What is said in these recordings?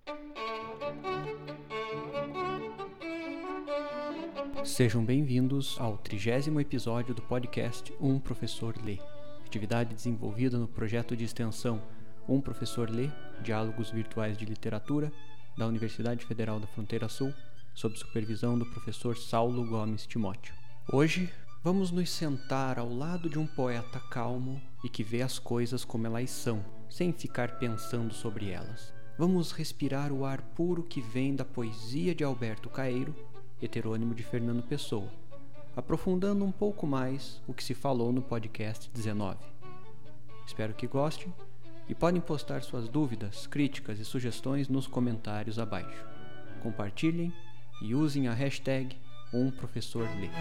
Sejam bem-vindos ao 30º episódio do podcast Um Professor Lê, atividade desenvolvida no projeto de extensão Um Professor Lê, Diálogos Virtuais de Literatura, da Universidade Federal da Fronteira Sul, sob supervisão do professor Saulo Gomes Timóteo. Hoje, vamos nos sentar ao lado de um poeta calmo e que vê as coisas como elas são, sem ficar pensando sobre elas. Vamos respirar o ar puro que vem da poesia de Alberto Caeiro, heterônimo de Fernando Pessoa, aprofundando um pouco mais o que se falou no podcast 19. Espero que gostem e podem postar suas dúvidas, críticas e sugestões nos comentários abaixo. Compartilhem e usem a hashtag #UmProfessorLê.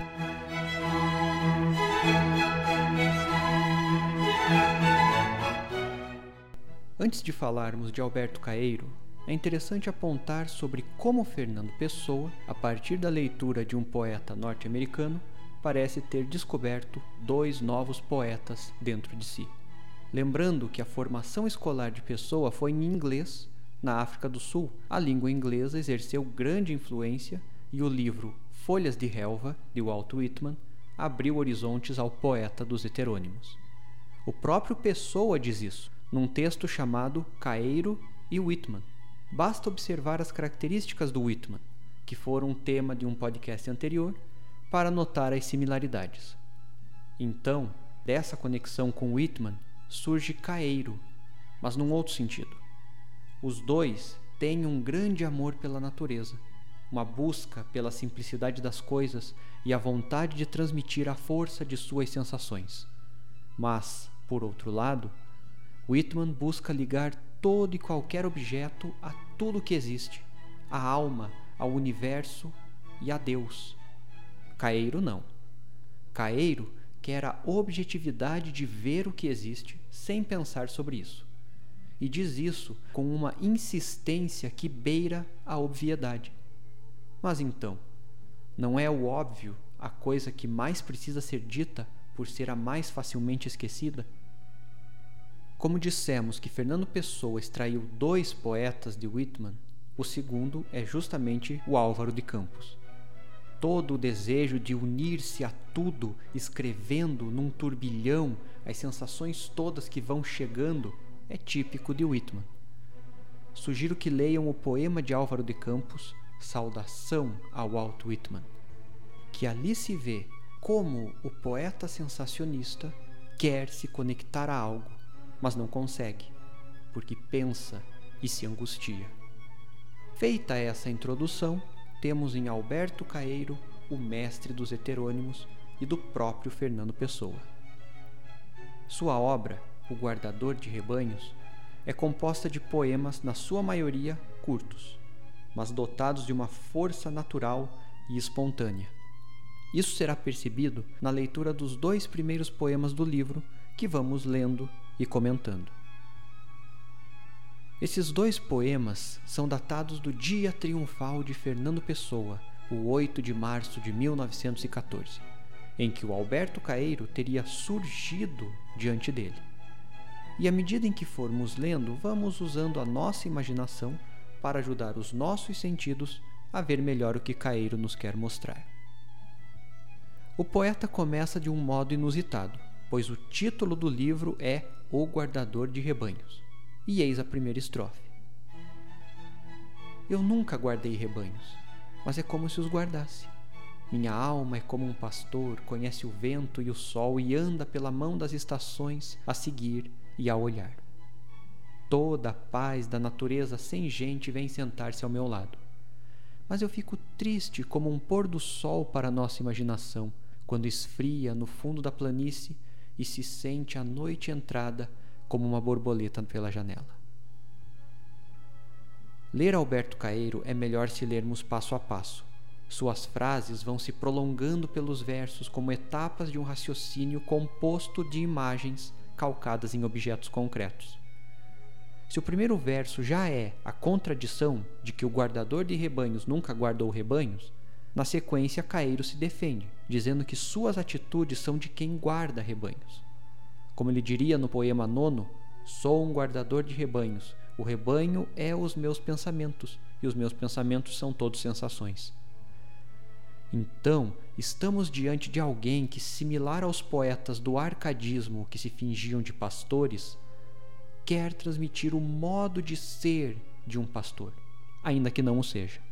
Antes de falarmos de Alberto Caeiro, é interessante apontar sobre como Fernando Pessoa, a partir da leitura de um poeta norte-americano, parece ter descoberto dois novos poetas dentro de si. Lembrando que a formação escolar de Pessoa foi em inglês, na África do Sul, a língua inglesa exerceu grande influência e o livro Folhas de Relva, de Walt Whitman, abriu horizontes ao poeta dos heterônimos. O próprio Pessoa diz isso, num texto chamado Caeiro e Whitman. Basta observar as características do Whitman, que foram tema de um podcast anterior, para notar as similaridades. Então, dessa conexão com Whitman, surge Caeiro, mas num outro sentido. Os dois têm um grande amor pela natureza, uma busca pela simplicidade das coisas e a vontade de transmitir a força de suas sensações. Mas, por outro lado, Whitman busca ligar todo e qualquer objeto a tudo que existe, à alma, ao universo e a Deus. Caeiro não. Caeiro quer a objetividade de ver o que existe sem pensar sobre isso. E diz isso com uma insistência que beira a obviedade. Mas então, não é o óbvio a coisa que mais precisa ser dita por ser a mais facilmente esquecida? Como dissemos que Fernando Pessoa extraiu dois poetas de Whitman, o segundo é justamente o Álvaro de Campos. Todo o desejo de unir-se a tudo, escrevendo num turbilhão as sensações todas que vão chegando, é típico de Whitman. Sugiro que leiam o poema de Álvaro de Campos, Saudação ao Walt Whitman, que ali se vê como o poeta sensacionista quer se conectar a algo, mas não consegue, porque pensa e se angustia. Feita essa introdução, temos em Alberto Caeiro o mestre dos heterônimos e do próprio Fernando Pessoa. Sua obra, O Guardador de Rebanhos, é composta de poemas, na sua maioria, curtos, mas dotados de uma força natural e espontânea. Isso será percebido na leitura dos dois primeiros poemas do livro, que vamos lendo e comentando. Esses dois poemas são datados do dia triunfal de Fernando Pessoa, o 8 de março de 1914, em que o Alberto Caeiro teria surgido diante dele. E à medida em que formos lendo, vamos usando a nossa imaginação para ajudar os nossos sentidos a ver melhor o que Caeiro nos quer mostrar. O poeta começa de um modo inusitado, pois o título do livro é O Guardador de Rebanhos. E eis a primeira estrofe. Eu nunca guardei rebanhos, mas é como se os guardasse. Minha alma é como um pastor, conhece o vento e o sol e anda pela mão das estações a seguir e a olhar. Toda a paz da natureza sem gente vem sentar-se ao meu lado. Mas eu fico triste como um pôr do sol para a nossa imaginação, quando esfria no fundo da planície e se sente a noite entrada como uma borboleta pela janela. Ler Alberto Caeiro é melhor se lermos passo a passo. Suas frases vão se prolongando pelos versos como etapas de um raciocínio composto de imagens calcadas em objetos concretos. Se o primeiro verso já é a contradição de que o guardador de rebanhos nunca guardou rebanhos, na sequência Caeiro se defende, dizendo que suas atitudes são de quem guarda rebanhos. Como ele diria no poema 9, sou um guardador de rebanhos, O rebanho é os meus pensamentos, e os meus pensamentos são todos sensações. Então, estamos diante de alguém que, similar aos poetas do arcadismo que se fingiam de pastores, quer transmitir o modo de ser de um pastor, ainda que não o seja.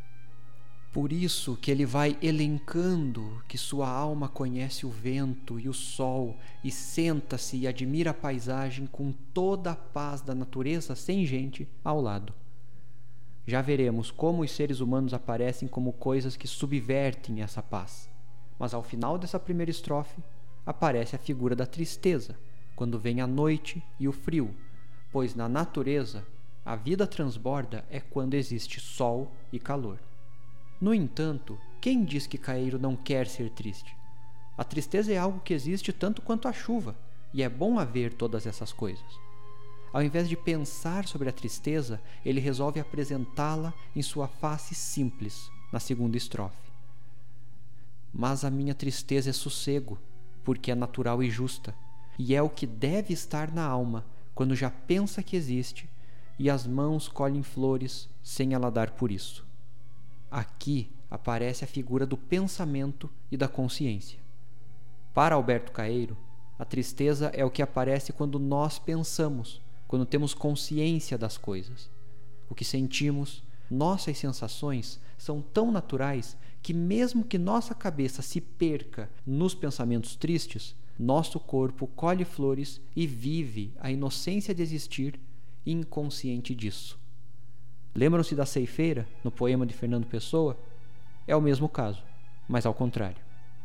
Por isso que ele vai elencando que sua alma conhece o vento e o sol e senta-se e admira a paisagem com toda a paz da natureza sem gente ao lado. Já veremos como os seres humanos aparecem como coisas que subvertem essa paz. Mas ao final dessa primeira estrofe, aparece a figura da tristeza, quando vem a noite e o frio, pois na natureza, a vida transborda é quando existe sol e calor. No entanto, quem diz que Caeiro não quer ser triste? A tristeza é algo que existe tanto quanto a chuva, e é bom haver todas essas coisas. Ao invés de pensar sobre a tristeza, ele resolve apresentá-la em sua face simples, na segunda estrofe. Mas a minha tristeza é sossego, porque é natural e justa, e é o que deve estar na alma, quando já pensa que existe, e as mãos colhem flores sem ela dar por isso. Aqui aparece a figura do pensamento e da consciência. Para Alberto Caeiro, a tristeza é o que aparece quando nós pensamos, quando temos consciência das coisas. O que sentimos, nossas sensações, são tão naturais que, mesmo que nossa cabeça se perca nos pensamentos tristes, nosso corpo colhe flores e vive a inocência de existir, inconsciente disso. Lembram-se da ceifeira, no poema de Fernando Pessoa? É o mesmo caso, mas ao contrário.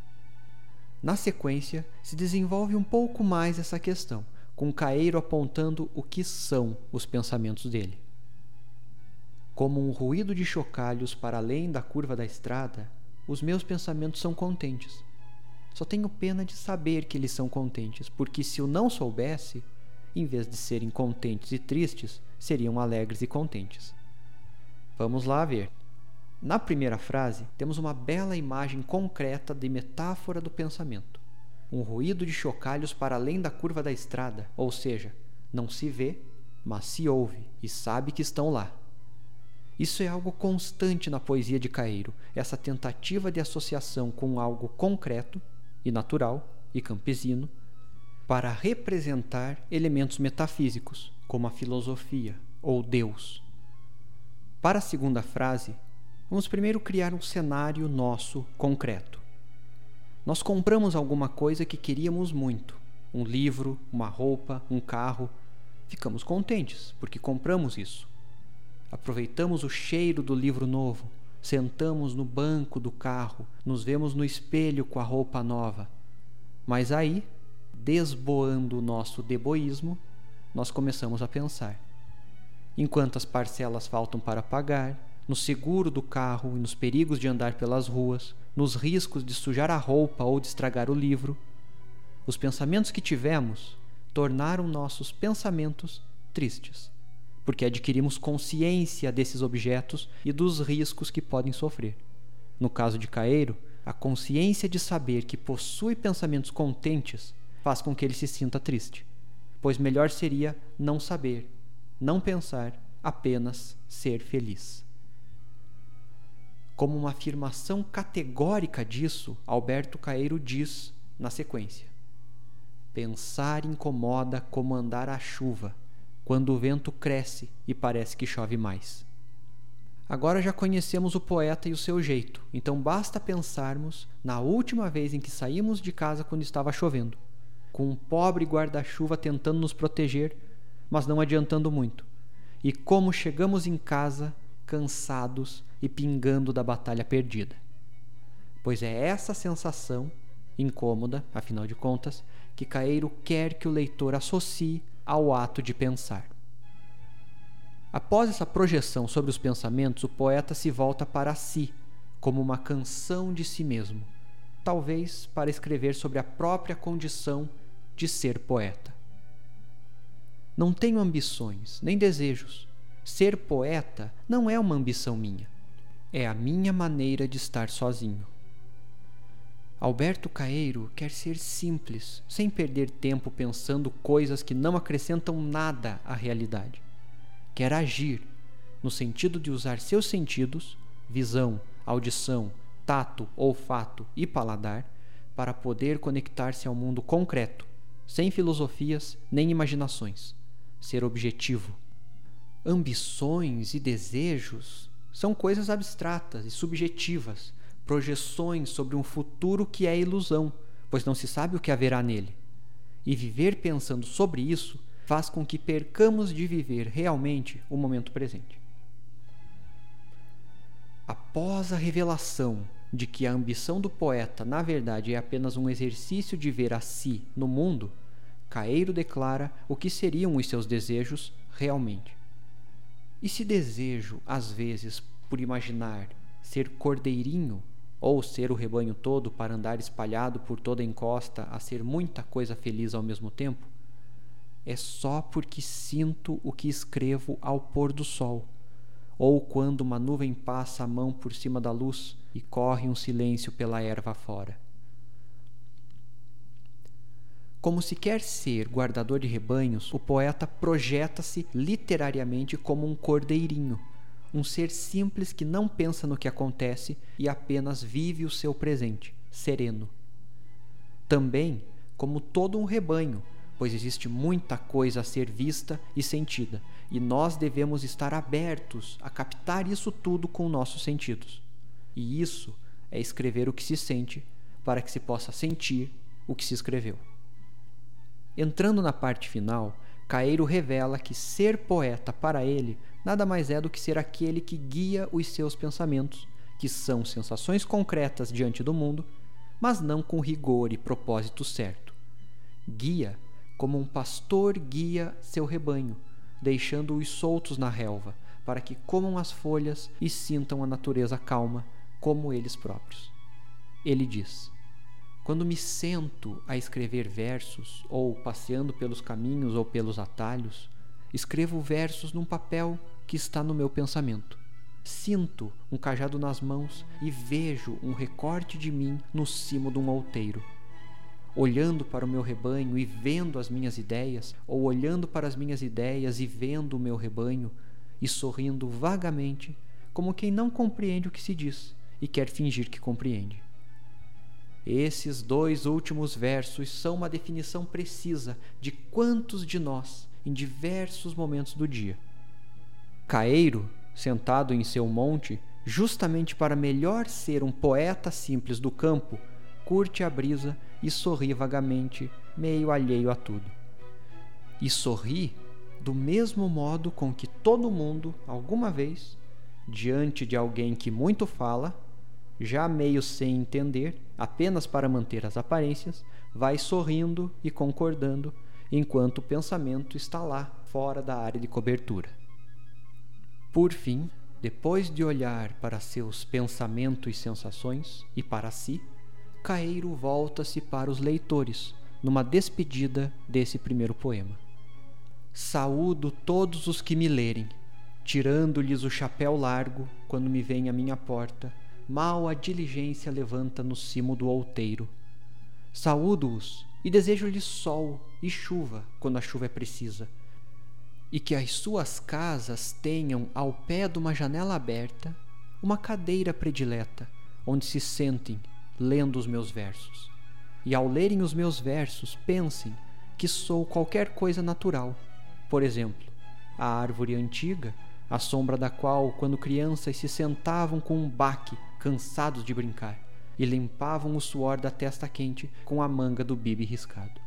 Na sequência, se desenvolve um pouco mais essa questão, com Caeiro apontando o que são os pensamentos dele. Como um ruído de chocalhos para além da curva da estrada, os meus pensamentos são contentes. Só tenho pena de saber que eles são contentes, porque se eu não soubesse, em vez de serem contentes e tristes, seriam alegres e contentes. Vamos lá ver. Na primeira frase, temos uma bela imagem concreta de metáfora do pensamento. Um ruído de chocalhos para além da curva da estrada, ou seja, não se vê, mas se ouve e sabe que estão lá. Isso é algo constante na poesia de Caeiro, essa tentativa de associação com algo concreto e natural e campesino para representar elementos metafísicos, como a filosofia ou Deus. Para a segunda frase, vamos primeiro criar um cenário nosso concreto. Nós compramos alguma coisa que queríamos muito, um livro, uma roupa, um carro. Ficamos contentes porque compramos isso. Aproveitamos o cheiro do livro novo, sentamos no banco do carro, nos vemos no espelho com a roupa nova. Mas aí, desboando o nosso deboísmo, nós começamos a pensar. Em quantas parcelas faltam para pagar, no seguro do carro e nos perigos de andar pelas ruas, nos riscos de sujar a roupa ou de estragar o livro. Os pensamentos que tivemos tornaram nossos pensamentos tristes, porque adquirimos consciência desses objetos e dos riscos que podem sofrer. No caso de Caeiro, a consciência de saber que possui pensamentos contentes faz com que ele se sinta triste, pois melhor seria não saber, não pensar, apenas ser feliz. Como uma afirmação categórica disso, Alberto Caeiro diz na sequência: pensar incomoda como andar à chuva, quando o vento cresce e parece que chove mais. Agora já conhecemos o poeta e o seu jeito, então basta pensarmos na última vez em que saímos de casa quando estava chovendo, com um pobre guarda-chuva tentando nos proteger, mas não adiantando muito, e como chegamos em casa cansados e pingando da batalha perdida. Pois é essa sensação, incômoda, afinal de contas, que Caeiro quer que o leitor associe ao ato de pensar. Após essa projeção sobre os pensamentos, o poeta se volta para si, como uma canção de si mesmo, talvez para escrever sobre a própria condição de ser poeta. Não tenho ambições, nem desejos. Ser poeta não é uma ambição minha. É a minha maneira de estar sozinho. Alberto Caeiro quer ser simples, sem perder tempo pensando coisas que não acrescentam nada à realidade. quer agir, no sentido de usar seus sentidos, visão, audição, tato, olfato e paladar, para poder conectar-se ao mundo concreto, sem filosofias nem imaginações, ser objetivo. Ambições e desejos são coisas abstratas e subjetivas, projeções sobre um futuro que é ilusão, pois não se sabe o que haverá nele. E viver pensando sobre isso faz com que percamos de viver realmente o momento presente. Após a revelação de que a ambição do poeta, na verdade, é apenas um exercício de ver a si no mundo, Caeiro declara o que seriam os seus desejos realmente. E se desejo, às vezes, por imaginar, ser cordeirinho, ou ser o rebanho todo para andar espalhado por toda a encosta a ser muita coisa feliz ao mesmo tempo, é só porque sinto o que escrevo ao pôr do sol, ou quando uma nuvem passa a mão por cima da luz e corre um silêncio pela erva fora. Como se quer ser guardador de rebanhos, o poeta projeta-se literariamente como um cordeirinho, um ser simples que não pensa no que acontece e apenas vive o seu presente, sereno. Também como todo um rebanho, pois existe muita coisa a ser vista e sentida, e nós devemos estar abertos a captar isso tudo com nossos sentidos. E isso é escrever o que se sente, para que se possa sentir o que se escreveu. Entrando na parte final, Caeiro revela que ser poeta para ele nada mais é do que ser aquele que guia os seus pensamentos, que são sensações concretas diante do mundo, mas não com rigor e propósito certo. Guia como um pastor guia seu rebanho, deixando-os soltos na relva, para que comam as folhas e sintam a natureza calma, como eles próprios. Ele diz: quando me sento a escrever versos, ou passeando pelos caminhos ou pelos atalhos, escrevo versos num papel que está no meu pensamento. Sinto um cajado nas mãos e vejo um recorte de mim no cimo de um outeiro. Olhando para o meu rebanho e vendo as minhas ideias, ou olhando para as minhas ideias e vendo o meu rebanho, e sorrindo vagamente, como quem não compreende o que se diz e quer fingir que compreende. Esses 2 últimos versos são uma definição precisa de quantos de nós, em diversos momentos do dia. Caeiro, sentado em seu monte, justamente para melhor ser um poeta simples do campo, curte a brisa e sorri vagamente, meio alheio a tudo. E sorri do mesmo modo com que todo mundo, alguma vez, diante de alguém que muito fala, já meio sem entender, apenas para manter as aparências, vai sorrindo e concordando, enquanto o pensamento está lá, fora da área de cobertura. Por fim, depois de olhar para seus pensamentos e sensações, e para si, Caeiro volta-se para os leitores, numa despedida desse primeiro poema. Saúdo todos os que me lerem, tirando-lhes o chapéu largo quando me vem à minha porta, mal a diligência levanta no cimo do outeiro. Saúdo-os e desejo-lhes sol e chuva quando a chuva é precisa, e que as suas casas tenham ao pé de uma janela aberta uma cadeira predileta, onde se sentem lendo os meus versos, e ao lerem os meus versos pensem que sou qualquer coisa natural, por exemplo, a árvore antiga, à sombra da qual, quando crianças, se sentavam com um baque, cansados de brincar, e limpavam o suor da testa quente com a manga do bibe riscado.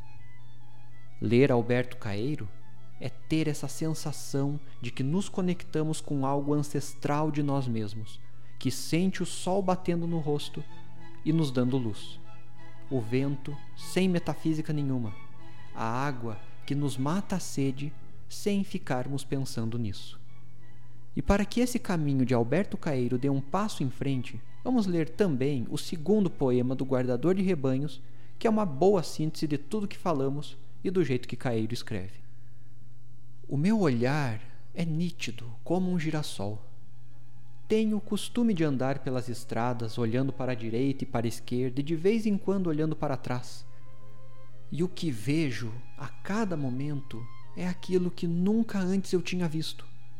Ler Alberto Caeiro é ter essa sensação de que nos conectamos com algo ancestral de nós mesmos, que sente o sol batendo no rosto e nos dando luz, o vento sem metafísica nenhuma, a água que nos mata a sede sem ficarmos pensando nisso. E para que esse caminho de Alberto Caeiro dê um passo em frente, vamos ler também o segundo poema do Guardador de Rebanhos, que é uma boa síntese de tudo que falamos e do jeito que Caeiro escreve. O meu olhar é nítido como um girassol. Tenho o costume de andar pelas estradas olhando para a direita e para a esquerda e de vez em quando olhando para trás. E o que vejo a cada momento é aquilo que nunca antes eu tinha visto,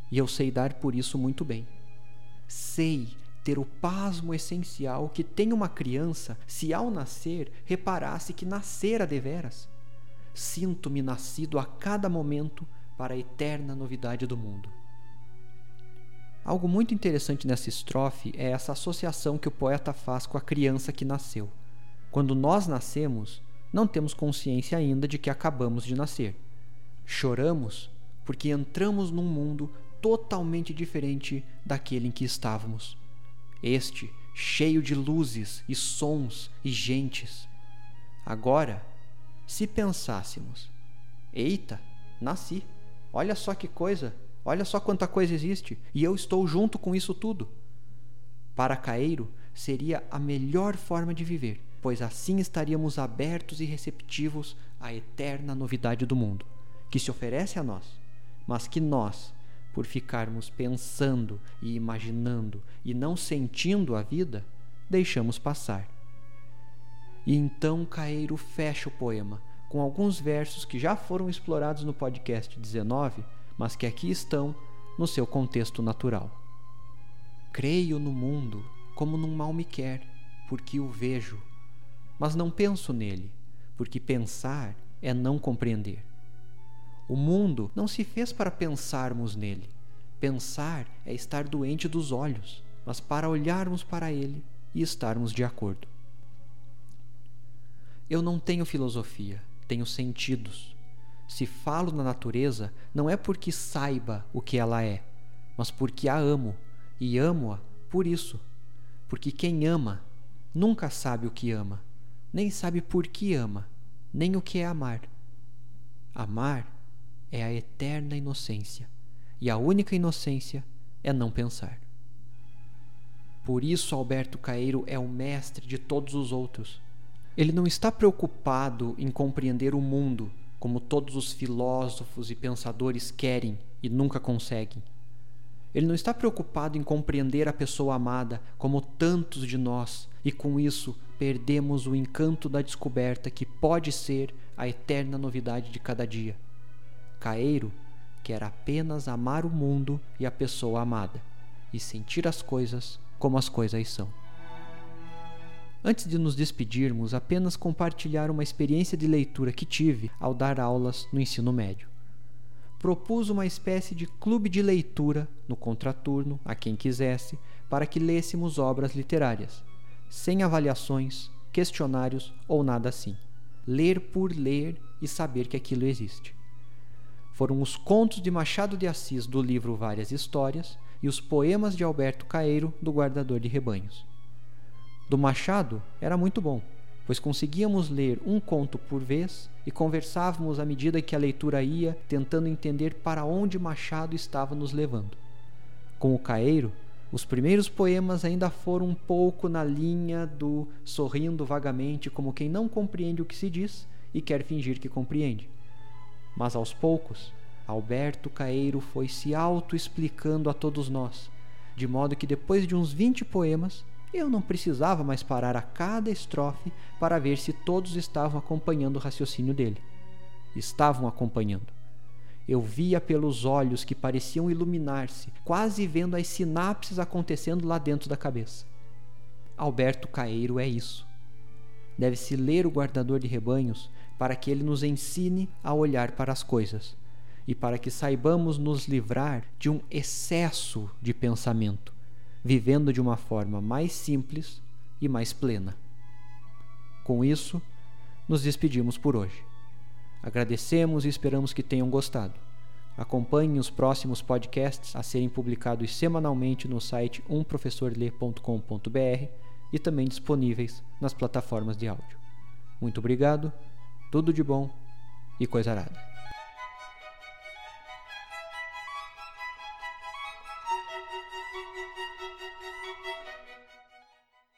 e eu sei dar por isso muito bem. Sei ter o pasmo essencial que tem uma criança se ao nascer reparasse que nascera deveras. Sinto-me nascido a cada momento para a eterna novidade do mundo. Algo muito interessante nessa estrofe é essa associação que o poeta faz com a criança que nasceu. Quando nós nascemos, não temos consciência ainda de que acabamos de nascer. Choramos porque entramos num mundo totalmente diferente daquele em que estávamos. Este cheio de luzes e sons e gentes. Agora, se pensássemos: eita, nasci, olha só que coisa, olha só quanta coisa existe, e eu estou junto com isso tudo. Para Caeiro, seria a melhor forma de viver, pois assim estaríamos abertos e receptivos à eterna novidade do mundo, que se oferece a nós, mas que nós, por ficarmos pensando e imaginando e não sentindo a vida, deixamos passar. E então Caeiro fecha o poema com alguns versos que já foram explorados no podcast 19, mas que aqui estão no seu contexto natural. Creio no mundo como num mal me quer, porque o vejo, mas não penso nele, porque pensar é não compreender. O mundo não se fez para pensarmos nele. Pensar é estar doente dos olhos, mas para olharmos para ele e estarmos de acordo. Eu não tenho filosofia, tenho sentidos. Se falo na natureza, não é porque saiba o que ela é, mas porque a amo, e amo-a por isso. Porque quem ama nunca sabe o que ama, nem sabe por que ama, nem o que é amar. Amar é a eterna inocência, e a única inocência é não pensar. Por isso Alberto Caeiro é o mestre de todos os outros. Ele não está preocupado em compreender o mundo como todos os filósofos e pensadores querem e nunca conseguem. Ele não está preocupado em compreender a pessoa amada como tantos de nós, e com isso perdemos o encanto da descoberta que pode ser a eterna novidade de cada dia. Caeiro quer apenas amar o mundo e a pessoa amada, e sentir as coisas como as coisas são. Antes de nos despedirmos, apenas compartilhar uma experiência de leitura que tive ao dar aulas no ensino médio. Propus uma espécie de clube de leitura no contraturno a quem quisesse, para que lêssemos obras literárias, sem avaliações, questionários ou nada assim. Ler por ler e saber que aquilo existe. Foram os contos de Machado de Assis do livro Várias Histórias e os poemas de Alberto Caeiro do Guardador de Rebanhos. Do Machado era muito bom, pois conseguíamos ler um conto por vez e conversávamos à medida que a leitura ia, tentando entender para onde Machado estava nos levando. Com o Caeiro, os primeiros poemas ainda foram um pouco na linha do sorrindo vagamente como quem não compreende o que se diz e quer fingir que compreende. Mas aos poucos, Alberto Caeiro foi se auto-explicando a todos nós, de modo que depois de uns 20 poemas, eu não precisava mais parar a cada estrofe para ver se todos estavam acompanhando o raciocínio dele. Estavam acompanhando. Eu via pelos olhos que pareciam iluminar-se, quase vendo as sinapses acontecendo lá dentro da cabeça. Alberto Caeiro é isso. Deve-se ler o Guardador de Rebanhos para que ele nos ensine a olhar para as coisas e para que saibamos nos livrar de um excesso de pensamento, vivendo de uma forma mais simples e mais plena. Com isso, nos despedimos por hoje. Agradecemos e esperamos que tenham gostado. Acompanhem os próximos podcasts a serem publicados semanalmente no site umprofessorlê.com.br e também disponíveis nas plataformas de áudio. Muito obrigado, tudo de bom e coisa arada.